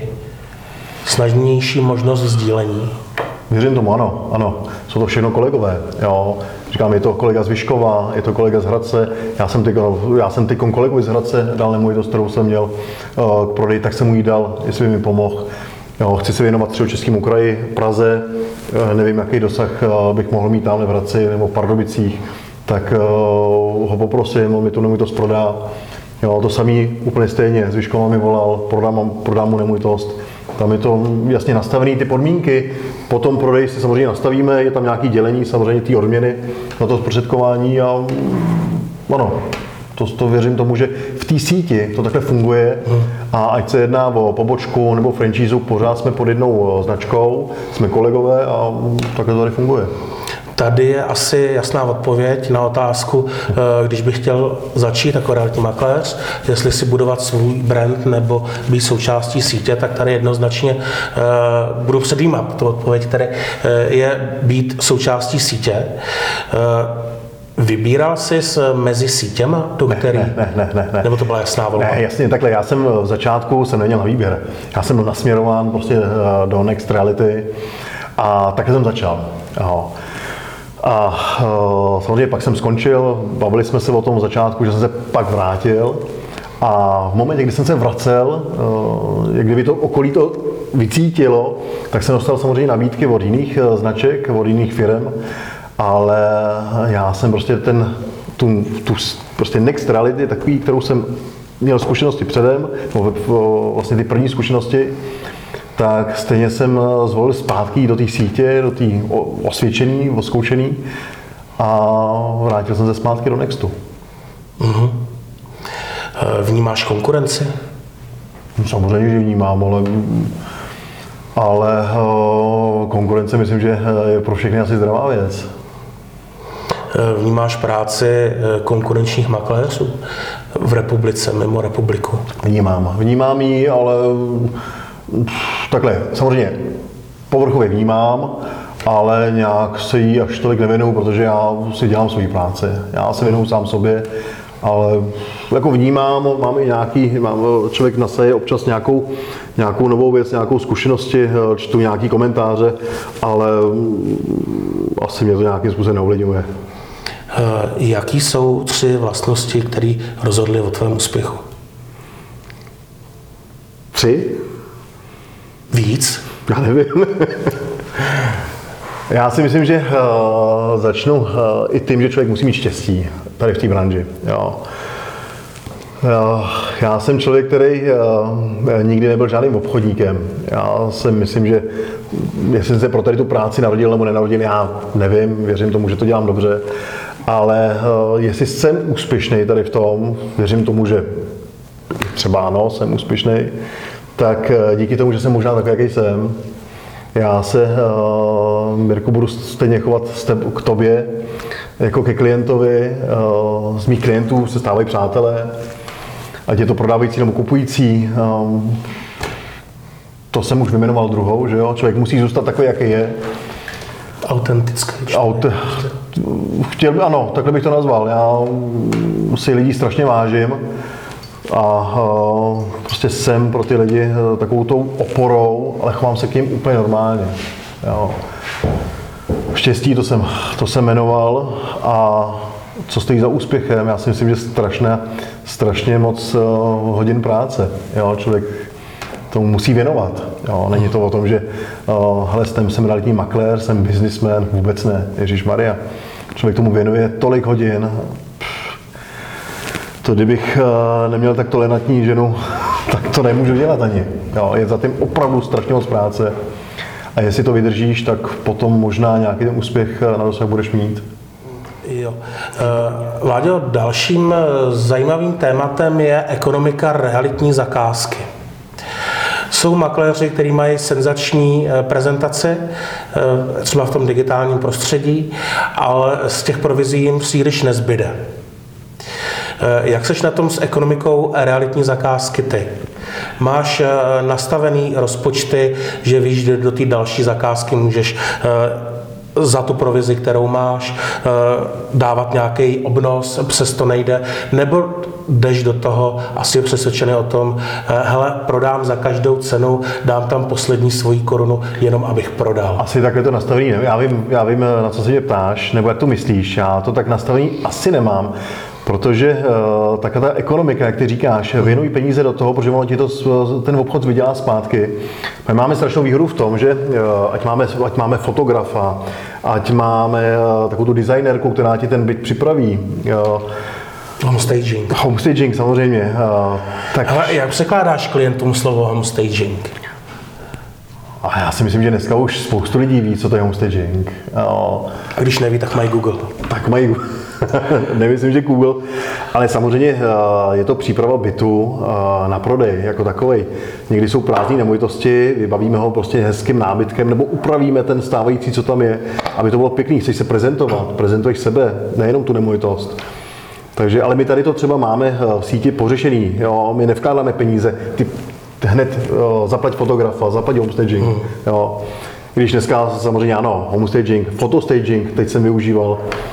[SPEAKER 1] Snažnější možnost sdílení.
[SPEAKER 2] Věřím tomu, ano, ano. Jsou to všechno kolegové. Jo. Říkám, je to kolega z Vyškova, je to kolega z Hradce. Já jsem teď, já jsem teď kolegovi z Hradce dal nemovitost, kterou jsem měl k prodeji, tak jsem mu ji dal, jestli by mi pomohl. Jo, chci se věnovat Středočeskému kraji, Praze, nevím, jaký dosah bych mohl mít tamhle v Hradci nebo v Pardubicích, tak ho poprosím, on mi tu nemovitost prodá. Jo, to samý úplně stejně, z Vyškova mi volal, prodám, prodám mu nemovitost. Tam je to jasně nastavené ty podmínky, po tom prodeji si samozřejmě nastavíme, je tam nějaké dělení samozřejmě té odměny na to zprostředkování a ano, to, to věřím tomu, že v té síti to takhle funguje a ať se jedná o pobočku nebo franchízu, pořád jsme pod jednou značkou, jsme kolegové a takhle to tady funguje.
[SPEAKER 1] Tady je asi jasná odpověď na otázku, když bych chtěl začít jako realitní makléř, jestli si budovat svůj brand nebo být součástí sítě, tak tady jednoznačně budu předjímat tu odpověď, které je být součástí sítě. Vybíral jsi mezi sítěma, do který...
[SPEAKER 2] Ne, ne, ne, ne, ne.
[SPEAKER 1] Nebo to byla jasná volba?
[SPEAKER 2] Ne, jasně, takhle, já jsem v začátku jsem neměl na výběr. Já jsem byl nasměrován prostě do Next Reality a takhle jsem začal. Jo. A uh, samozřejmě pak jsem skončil, bavili jsme se o tom v začátku, že jsem se pak vrátil. A v momentě, kdy jsem se vracel, uh, jak kdyby to okolí to vycítilo, tak jsem dostal samozřejmě nabídky od jiných značek, od jiných firm, ale já jsem prostě ten, tu, tu prostě Next Reality, takový, kterou jsem měl zkušenosti předem, vlastně ty první zkušenosti, tak stejně jsem zvolil zpátky do té sítě, do té osvědčený, oskoušený a vrátil jsem se zpátky do Nextu.
[SPEAKER 1] Mm-hmm. Vnímáš konkurenci?
[SPEAKER 2] Samozřejmě, že vnímám, ale, ale konkurence myslím, že je pro všechny asi zdravá věc.
[SPEAKER 1] Vnímáš práci konkurenčních makléřů v republice, mimo republiku?
[SPEAKER 2] Vnímám. Vnímám ji, ale takhle, samozřejmě povrchově vnímám, ale nějak se jí až tolik nevěnuju, protože já si dělám svoji práci. Já se věnuju sám sobě, ale jako vnímám, mám i nějaký, mám člověk na seji občas nějakou, nějakou novou věc, nějakou zkušenosti, čtu nějaký komentáře, ale asi mě to nějakým způsobem neovlivňuje.
[SPEAKER 1] Jaký jsou tři vlastnosti, které rozhodly o tvém úspěchu?
[SPEAKER 2] Tři?
[SPEAKER 1] Víc?
[SPEAKER 2] Já nevím. Já si myslím, že uh, začnu uh, i tím, že člověk musí mít štěstí tady v té branži. Jo. Uh, já jsem člověk, který uh, nikdy nebyl žádným obchodníkem. Já si myslím, že jestli jsem se pro tady tu práci narodil nebo nenarodil, já nevím, věřím tomu, že to dělám dobře. Ale uh, jestli jsem úspěšný tady v tom, věřím tomu, že třeba ano, jsem úspěšný, tak uh, díky tomu, že jsem možná takový, jaký jsem, já se, uh, Mirku, budu stejně chovat k tobě, jako ke klientovi. Uh, z mých klientů se stávají přátelé, ať je to prodávající nebo kupující. Um, to jsem už vyjmenoval druhou, že jo? Člověk musí zůstat takový, jaký je.
[SPEAKER 1] Autentický.
[SPEAKER 2] Aut, chtěl by, ano, takhle bych to nazval. Já si lidí strašně vážím a uh, prostě jsem pro ty lidi uh, takovou tou oporou, ale chovám se k ním úplně normálně. Jo. Štěstí, to jsem, to jsem jmenoval, a co stojí za úspěchem, já si myslím, že strašně, strašně moc uh, hodin práce. Jo. Člověk tomu musí věnovat. Jo. Není to o tom, že uh, hele, jsem, jsem realitní makléř, jsem businessman, vůbec ne, ježišmarja. Člověk tomu věnuje tolik hodin. To kdybych uh, neměl tak tolerantní ženu, tak to nemůžu dělat ani. Jo. Je za tím opravdu strašně moc práce. A jestli to vydržíš, tak potom možná nějaký ten úspěch na dosah budeš mít.
[SPEAKER 1] Jo. Uh, Láďo, dalším zajímavým tématem je ekonomika realitní zakázky. Jsou makléři, kteří mají senzační prezentaci, třeba v tom digitálním prostředí, ale z těch provizí jim příliš nezbyde. Jak seš na tom s ekonomikou realitní zakázky ty? Máš nastavený rozpočty, že víš, že do té další zakázky můžeš za tu provizi, kterou máš, dávat nějaký obnos, přes to nejde, nebo jdeš do toho a jsi přesvědčený o tom, hele, prodám za každou cenu, dám tam poslední svoji korunu, jenom abych prodal.
[SPEAKER 2] Asi takhle to nastavený nevím. Já vím, já vím, na co se mě ptáš, nebo jak to myslíš. Já to tak nastavený asi nemám. Protože uh, taká ta ekonomika, jak ty říkáš, věnují peníze do toho, protože ono ti to, ten obchod vydělá zpátky. My máme strašnou výhodu v tom, že uh, ať, máme, ať máme fotografa, ať máme uh, takovou tu designérku, která ti ten byt připraví. Uh,
[SPEAKER 1] Homestaging.
[SPEAKER 2] Homestaging, samozřejmě. Uh, tak...
[SPEAKER 1] Ale jak překládáš klientům slovo homestaging?
[SPEAKER 2] A já si myslím, že dneska už spoustu lidí ví, co to je homestaging. Uh,
[SPEAKER 1] A když neví, tak mají Google.
[SPEAKER 2] Tak mají Google. Nemyslím, že Google, ale samozřejmě je to příprava bytu na prodej jako takovej. Někdy jsou prázdné nemovitosti, vybavíme ho prostě hezkým nábytkem nebo upravíme ten stávající, co tam je, aby to bylo pěkný. Chceš se prezentovat, prezentuješ sebe, nejenom tu nemovitost. Takže, ale my tady to třeba máme v síti pořešený, jo? My nevkládáme peníze, ty hned jo, zaplať fotografa, zaplať homestaging. Hmm. Jo? Když dneska samozřejmě ano, homestaging, fotostaging, teď jsem využíval.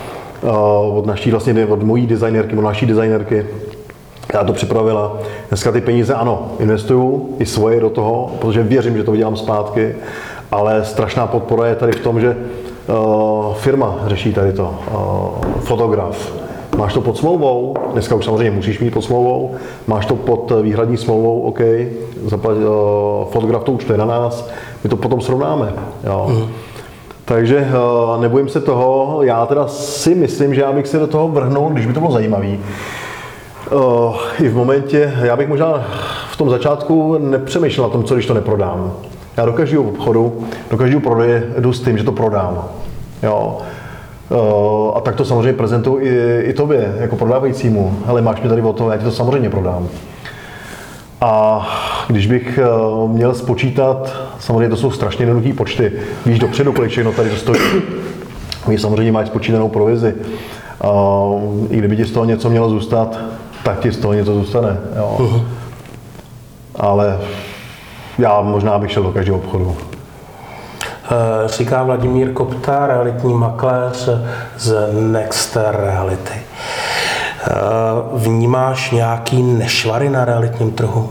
[SPEAKER 2] od naší vlastně, od mojí designérky, od naší designérky, která to připravila. Dneska ty peníze, ano, investuju i svoje do toho, protože věřím, že to vydělám zpátky, ale strašná podpora je tady v tom, že uh, firma řeší tady to, uh, fotograf. Máš to pod smlouvou, dneska už samozřejmě musíš mít pod smlouvou, máš to pod výhradní smlouvou, OK, zaplať, uh, fotograf to účtuje na nás, my to potom srovnáme. Jo. Mm. Takže uh, nebojím se toho, já teda si myslím, že já bych se do toho vrhnul, když by to bylo zajímavý. Uh, I v momentě, já bych možná v tom začátku nepřemýšlel na tom, co když to neprodám. Já do každého obchodu, do každého prodeje jdu s tím, že to prodám. Jo. Uh, a tak to samozřejmě prezentuju i, i tobě, jako prodávajícímu. Hele, máš mě tady o to, já ti to samozřejmě prodám. A když bych uh, měl spočítat, samozřejmě to jsou strašně jednoduché počty. Víš dopředu, kolik všechno tady to stojí. Víš, samozřejmě máš spočítanou provizi. Uh, I kdyby ti z toho něco mělo zůstat, tak ti z toho něco zůstane. Jo. Uh-huh. Ale já možná bych šel do každého obchodu.
[SPEAKER 1] Říká Vladimír Kopta, realitní makléř z Next Reality. Vnímáš nějaký nešvary na realitním trhu?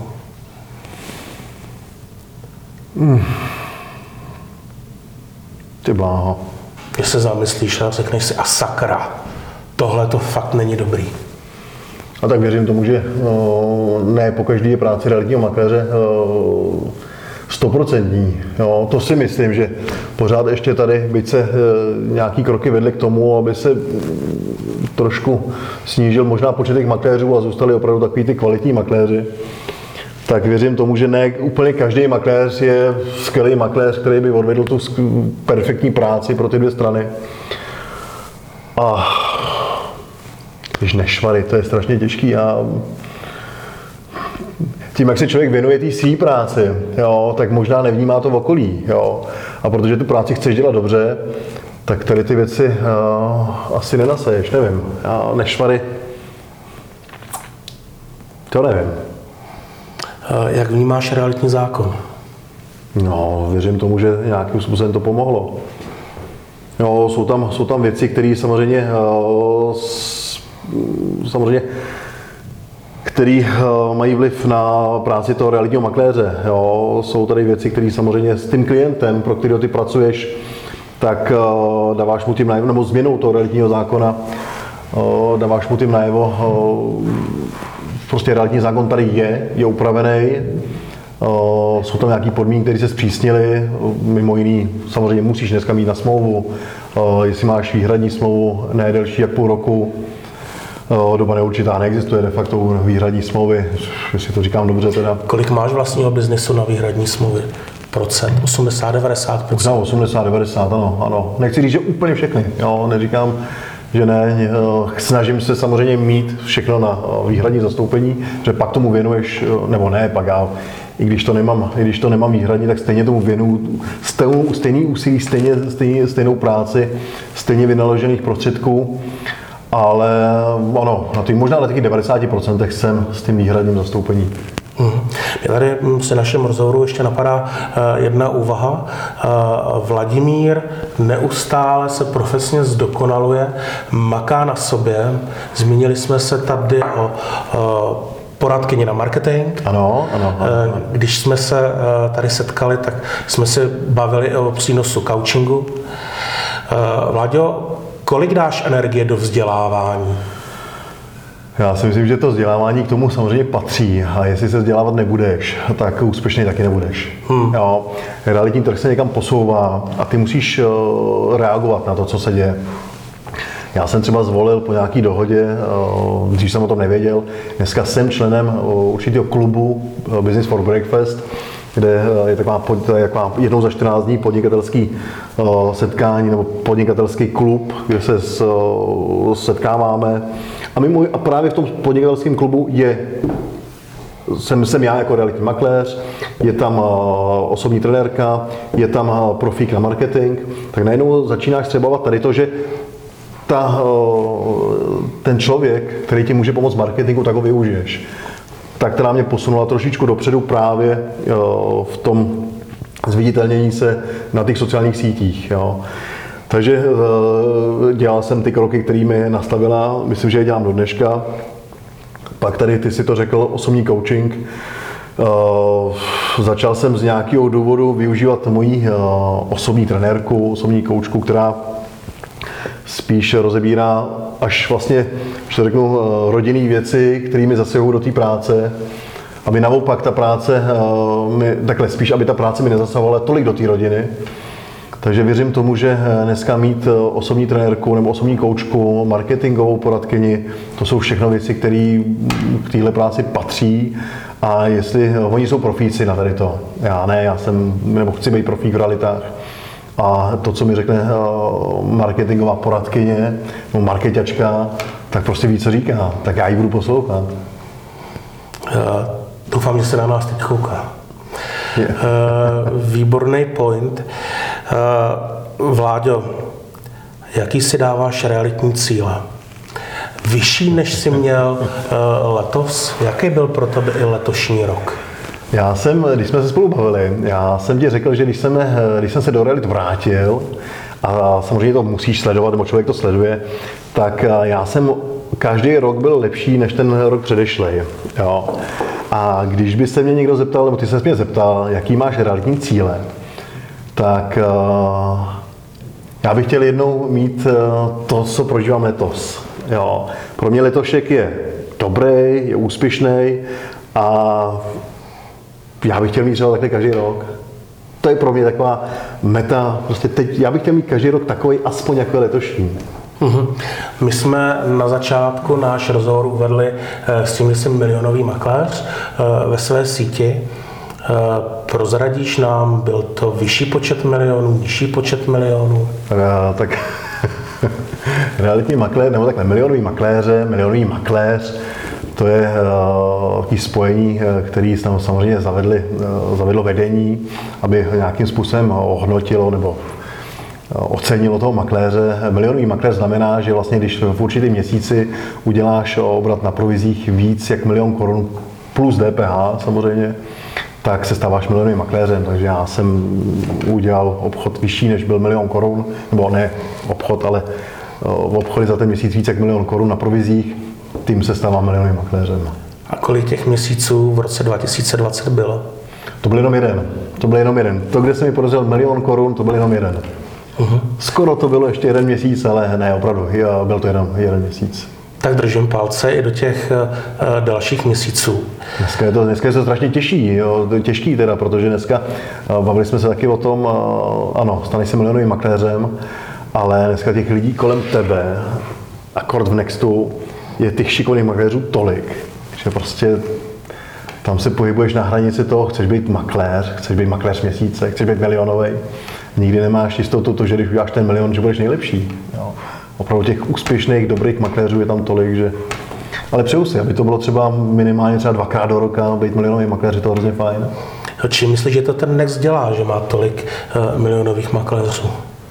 [SPEAKER 2] Hmm. Ty bláho.
[SPEAKER 1] Když se zamyslíš a řekneš si, a sakra, tohle to fakt není dobrý.
[SPEAKER 2] A tak věřím tomu, že no, ne po každý je práci realitního makléře stoprocentní. Jo, to si myslím, že pořád ještě tady, byť se e, nějaký kroky vedly k tomu, aby se trošku snížil možná počet těch makléřů a zůstali opravdu takový ty kvalitní makléři, tak věřím tomu, že ne úplně každý makléř je skvělý makléř, který by odvedl tu perfektní práci pro ty dvě strany. A když nešvary, to je strašně těžký. A tím, jak se člověk věnuje té své práci, jo, tak možná nevnímá to v okolí. Jo. A protože tu práci chceš dělat dobře, tak tady ty věci uh, asi nenasaješ, nevím. Já nešvary, to nevím.
[SPEAKER 1] Jak vnímáš realitní zákon?
[SPEAKER 2] No, věřím tomu, že nějakým způsobem to pomohlo. Jo, jsou tam, jsou tam věci, které samozřejmě, uh, samozřejmě který mají vliv na práci toho realitního makléře. Jo. Jsou tady věci, které samozřejmě s tím klientem, pro kterého ty pracuješ, tak uh, dáváš mu tím najevo, nebo změnou toho realitního zákona, uh, dáváš mu tím najevo, uh, prostě realitní zákon tady je, je upravený, uh, jsou tam nějaké podmínky, které se zpřísnily, uh, mimo jiný samozřejmě musíš dneska mít na smlouvu, uh, jestli máš výhradní smlouvu, ne delší jak půl roku, doba neurčitá, neexistuje de facto výhradní smlouvy, jestli to říkám dobře teda.
[SPEAKER 1] Kolik máš vlastního biznesu na výhradní smlouvy? Procent? osmdesát devadesát procent?
[SPEAKER 2] No, osmdesát devadesát, ano, ano. Nechci říct, že úplně všechny, jo, neříkám, že ne. Snažím se samozřejmě mít všechno na výhradní zastoupení, že pak tomu věnuješ, nebo ne, pak já, i když to nemám, i když to nemám výhradní, tak stejně tomu věnuju stejnou, stejný úsilí, stejně, stejně, stejnou práci, stejně vynaložených prostředků. Ale ono, na tým, možná na těch devadesát procent jsem s tím výhradním zastoupením.
[SPEAKER 1] Hmm. Mě tady se našem rozhovoru ještě napadá uh, jedna úvaha. Uh, Vladimír neustále se profesně zdokonaluje, maká na sobě. Zmínili jsme se tady o uh, poradkyni na marketing.
[SPEAKER 2] Ano, ano, ano, ano.
[SPEAKER 1] Když jsme se uh, tady setkali, tak jsme se bavili o přínosu coachingu. Uh, Vlaďo, kolik dáš energie do vzdělávání?
[SPEAKER 2] Já si myslím, že to vzdělávání k tomu samozřejmě patří a jestli se vzdělávat nebudeš, tak úspěšný taky nebudeš. Hmm. Jo, realitní trh se někam posouvá a ty musíš uh, reagovat na to, co se děje. Já jsem třeba zvolil po nějaký dohodě, uh, dřív jsem o tom nevěděl, dneska jsem členem uh, určitého klubu uh, Business for Breakfast, kde je taková, taková jednou za čtrnáct dní podnikatelský uh, setkání nebo podnikatelský klub, kde se s, uh, setkáváme. A, mimo, a právě v tom podnikatelském klubu je, jsem, jsem já jako realitní makléř, je tam uh, osobní trenérka, je tam uh, profík na marketing, tak najednou začínáš třebovat tady to, že ta, uh, ten člověk, který ti může pomoct marketingu, tak ho využiješ. Tak která mě posunula trošičku dopředu právě v tom zviditelnění se na těch sociálních sítích. Jo. Takže dělal jsem ty kroky, které mi nastavila, myslím, že je dělám do dneška. Pak tady, ty si to řekl, osobní coaching. Začal jsem z nějakého důvodu využívat moji osobní trenérku, osobní koučku, která spíš rozebírá až vlastně, že to řeknu, rodinné věci, které mi zasahují do té práce, aby naopak ta práce, mi, takhle spíš, aby ta práce mi nezasahovala tolik do té rodiny. Takže věřím tomu, že dneska mít osobní trenérku nebo osobní koučku, marketingovou poradkyni, to jsou všechno věci, které k téhle práci patří. A jestli oni jsou profíci na tady to, já ne, já jsem, nebo chci být profík v realitách. A to, co mi řekne marketingová poradkyně, nebo marketačka, tak prostě ví, co říká, tak já ji budu poslouchat.
[SPEAKER 1] Já doufám, že se na nás teď kouká.
[SPEAKER 2] Yeah.
[SPEAKER 1] Výborný point. Vláďo, jaký si dáváš realitní cíle? Vyšší, než jsi měl letos? Jaký byl pro tebe i letošní rok?
[SPEAKER 2] Já jsem, když jsme se spolu bavili, já jsem ti řekl, že když jsem, když jsem se do realit vrátil, a samozřejmě to musíš sledovat, nebo člověk to sleduje, tak já jsem každý rok byl lepší než ten rok předešlej. Jo. A když by se mě někdo zeptal, nebo ty se mě zeptal, jaký máš realitní cíle, tak uh, já bych chtěl jednou mít uh, to, co prožívám letos. Jo. Pro mě letošek je dobrý, je úspěšný a já bych chtěl mít třeba takhle každý rok. To je pro mě taková meta, prostě teď, já bych chtěl mít každý rok takový aspoň jako letošní.
[SPEAKER 1] Uhum. My jsme na začátku náš rozhovor uvedli s tím, že jsem milionový makléř ve své síti. Prozradíš nám, byl to vyšší počet milionů, nižší počet milionů?
[SPEAKER 2] Já, tak realitní makléř, nebo takhle milionový makléře, milionový makléř, to je uh, takové spojení, které tam samozřejmě zavedli, uh, zavedlo vedení, aby nějakým způsobem ohodnotilo nebo ocenilo toho makléře. Milionový makléř znamená, že vlastně když v určitém měsíci uděláš obrat na provizích víc jak milion korun plus D P H samozřejmě, tak se stáváš milionovým makléřem. Takže já jsem udělal obchod vyšší, než byl milion korun, nebo ne obchod, ale v obchodě za ten měsíc víc jak milion korun na provizích, tím se stávám milionovým makléřem.
[SPEAKER 1] A kolik těch měsíců v roce dva tisíce dvacet bylo?
[SPEAKER 2] To byl jenom jeden. To byl jenom jeden. To, kde jsem mi podařil milion korun, to byl jenom jeden. Uh-huh. Skoro to bylo ještě jeden měsíc, ale ne, opravdu, byl to jenom jeden měsíc.
[SPEAKER 1] Tak držím palce i do těch uh, dalších měsíců.
[SPEAKER 2] Dneska je to, dneska je to strašně těžší, jo, těžký teda, protože dneska uh, bavili jsme se taky o tom, uh, ano, staneš se milionovým makléřem, ale dneska těch lidí kolem tebe, akord v Nextu, je těch šikovných makléřů tolik, že prostě tam se pohybuješ na hranici toho, chceš být makléř, chceš být makléř měsíce, chceš být milionový. Nikdy nemáš jistotu to, že když uděláš ten milion, že budeš nejlepší. Jo. Opravdu těch úspěšných, dobrých makléřů je tam tolik, že... Ale přeju si, aby to bylo třeba minimálně třeba dvakrát do roka, být milionový makléř, je to hrozně fajn.
[SPEAKER 1] Čím myslíš, že to ten Next dělá, že má tolik uh, milionových makléřů?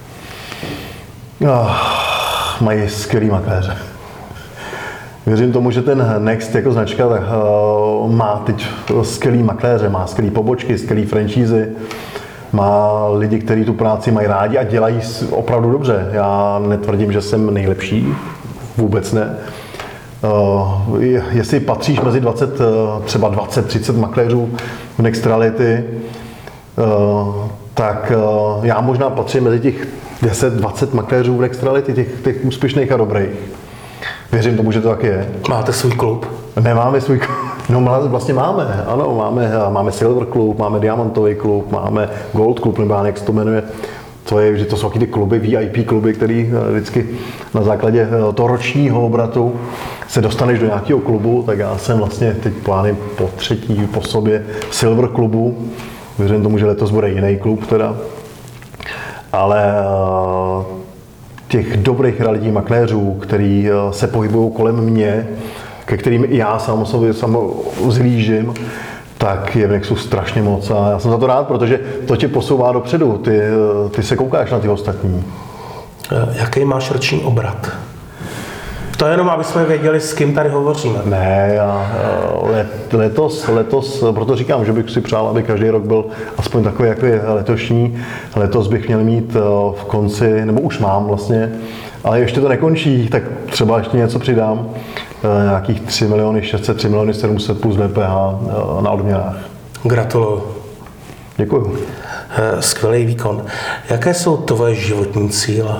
[SPEAKER 2] Oh, mají skvělý makléře. Věřím tomu, že ten Next jako značka tak, uh, má teď skvělý makléře, má skvělý pobočky, skvělý franšízy. Má lidi, kteří tu práci mají rádi a dělají opravdu dobře. Já netvrdím, že jsem nejlepší, vůbec ne. Uh, jestli patříš mezi dvacet, třeba dvacet třicet makléřů v Next Reality, uh, tak uh, já možná patřím mezi těch deset dvacet makléřů v Next Reality, těch, těch úspěšných a dobrých. Věřím tomu, že to tak je.
[SPEAKER 1] Máte svůj klub?
[SPEAKER 2] Nemáme svůj klub. No vlastně máme, ano, máme, máme Silver klub, máme Diamantový klub, máme Gold klub, nebo jak se to jmenuje. To je, že to jsou ty kluby, V I P kluby, který vždycky na základě toho ročního obratu se dostaneš do nějakého klubu, tak já jsem vlastně teď plány po třetí po sobě Silver klubu. Věřím tomu, že letos bude jiný klub teda. Ale těch dobrých realitních makléřů, který se pohybují kolem mě, ke kterým i já sám o sobě sám zhlížím, tak je v Nextu strašně moc a já jsem za to rád, protože to tě posouvá dopředu, ty, ty se koukáš na ty ostatní.
[SPEAKER 1] Jaký máš roční obrat? To jenom, aby jsme věděli, s kým tady hovoříme.
[SPEAKER 2] Ne, já let, letos, letos, proto říkám, že bych si přál, aby každý rok byl aspoň takový, jako je letošní. Letos bych měl mít v konci, nebo už mám vlastně, ale ještě to nekončí, tak třeba ještě něco přidám. Nějakých tři miliony šest set, tři miliony sedm set plus D P H na odměnách.
[SPEAKER 1] Gratuluju.
[SPEAKER 2] Děkuju.
[SPEAKER 1] Skvělý výkon. Jaké jsou tvoje životní cíle?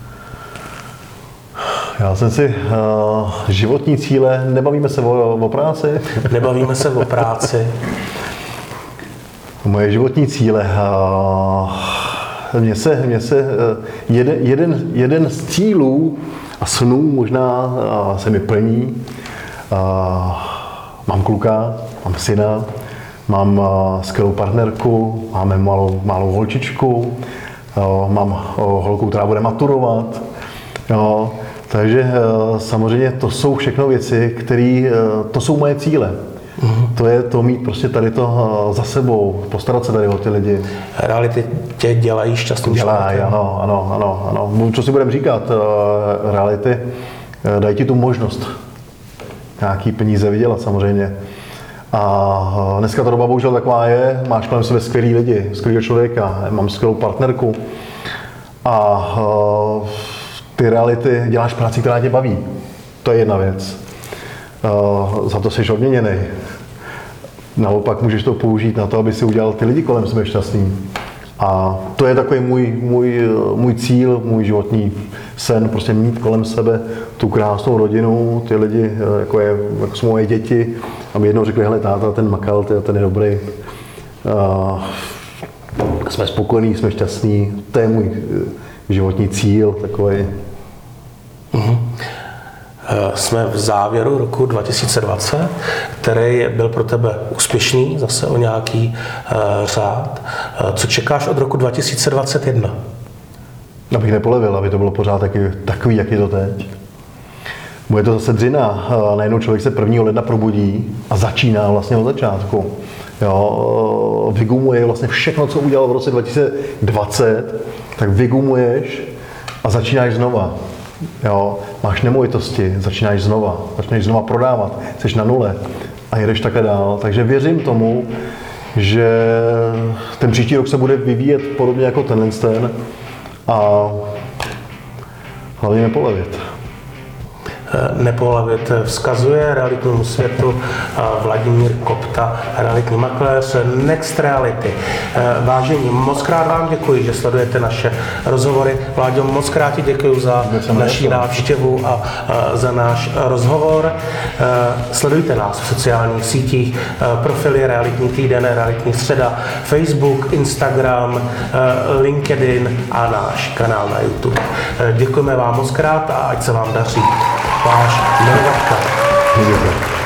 [SPEAKER 2] Já jsem si uh, životní cíle, nebavíme se o, o práci?
[SPEAKER 1] Nebavíme se o práci.
[SPEAKER 2] Moje životní cíle. Uh, mně se, mně se uh, jeden, jeden, jeden z cílů a snů možná uh, se mi plní. Uh, mám kluka, mám syna, mám uh, skvělou partnerku, máme malou, malou holčičku, uh, mám uh, holku, která bude maturovat. Jo. Takže samozřejmě to jsou všechno věci, které, to jsou moje cíle. Mm-hmm. To je to mít prostě tady to za sebou, postarat se tady o ty lidi.
[SPEAKER 1] Reality tě dělají šťastným
[SPEAKER 2] Dělají, ano, ano, ano, ano. Co si budeme říkat, reality dají ti tu možnost nějaký peníze vydělat samozřejmě. A dneska ta doba bohužel taková je, máš kolem sebe skvělý lidi, skvělého člověka, mám skvělou partnerku a ty reality, děláš práci, která tě baví. To je jedna věc. Uh, za to jsi odměněný. Naopak můžeš to použít na to, aby si udělal ty lidi kolem sebe šťastný. A to je takový můj, můj, můj cíl, můj životní sen, prostě mít kolem sebe tu krásnou rodinu, ty lidi, jako, je, jako jsou moje děti, aby jednou řekli, hele táta, ten makal, ten je dobrý. Uh, jsme spokojení, jsme šťastní, to je můj životní cíl takový.
[SPEAKER 1] Uhum. Jsme v závěru roku dva tisíce dvacet, který byl pro tebe úspěšný, zase o nějaký uh, řád. Uh, co čekáš od roku dva tisíce dvacet jedna?
[SPEAKER 2] Abych nepolevil, aby to bylo pořád taky, takový, jak je to teď. Bude to zase dřina. Najednou člověk se prvního ledna probudí a začíná vlastně od začátku. Jo, vygumuje vlastně všechno, co udělal v roce dva tisíce dvacet, tak vygumuješ a začínáš znova. Jo, máš nemovitosti, začínáš znova, začínáš znova prodávat, jsi na nule a jedeš takhle dál. Takže věřím tomu, že ten příští rok se bude vyvíjet podobně jako tenhle ten a hlavně nepolevit.
[SPEAKER 1] Nepolevit vzkazuje realitnímu světu Vladimír Kopta, realitní makléř Next Reality. Vážení, moc krát vám děkuji, že sledujete naše rozhovory. Vláďo, moc krát ti děkuji za naši návštěvu a za náš rozhovor. Sledujte nás v sociálních sítích, profily Realitní týden, Realitní středa, Facebook, Instagram, LinkedIn a náš kanál na YouTube. Děkujeme vám moc krát a ať se vám daří. Váš Janovačka.